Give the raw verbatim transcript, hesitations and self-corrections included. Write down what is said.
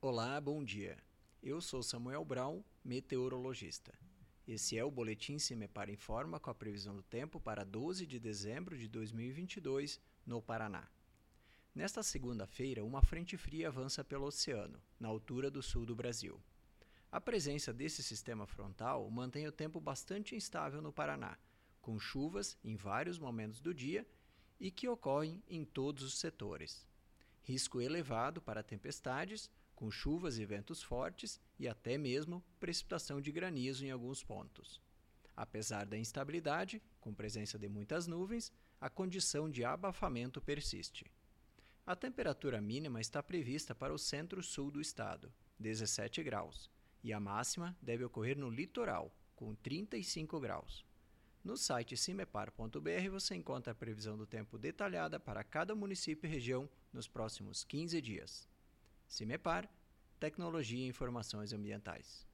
Olá, bom dia. Eu sou Samuel Brown, meteorologista. Esse é o Boletim Cimepar Informa com a previsão do tempo para doze de dezembro de dois mil e vinte e dois, no Paraná. Nesta segunda-feira, uma frente fria avança pelo oceano, na altura do sul do Brasil. A presença desse sistema frontal mantém o tempo bastante instável no Paraná, com chuvas em vários momentos do dia e que ocorrem em todos os setores. Risco elevado para tempestades, com chuvas e ventos fortes e até mesmo precipitação de granizo em alguns pontos. Apesar da instabilidade, com presença de muitas nuvens, a condição de abafamento persiste. A temperatura mínima está prevista para o centro-sul do estado, dezessete graus, e a máxima deve ocorrer no litoral, com trinta e cinco graus. No site cimepar ponto b r você encontra a previsão do tempo detalhada para cada município e região nos próximos quinze dias. Cimepar, Tecnologia e Informações Ambientais.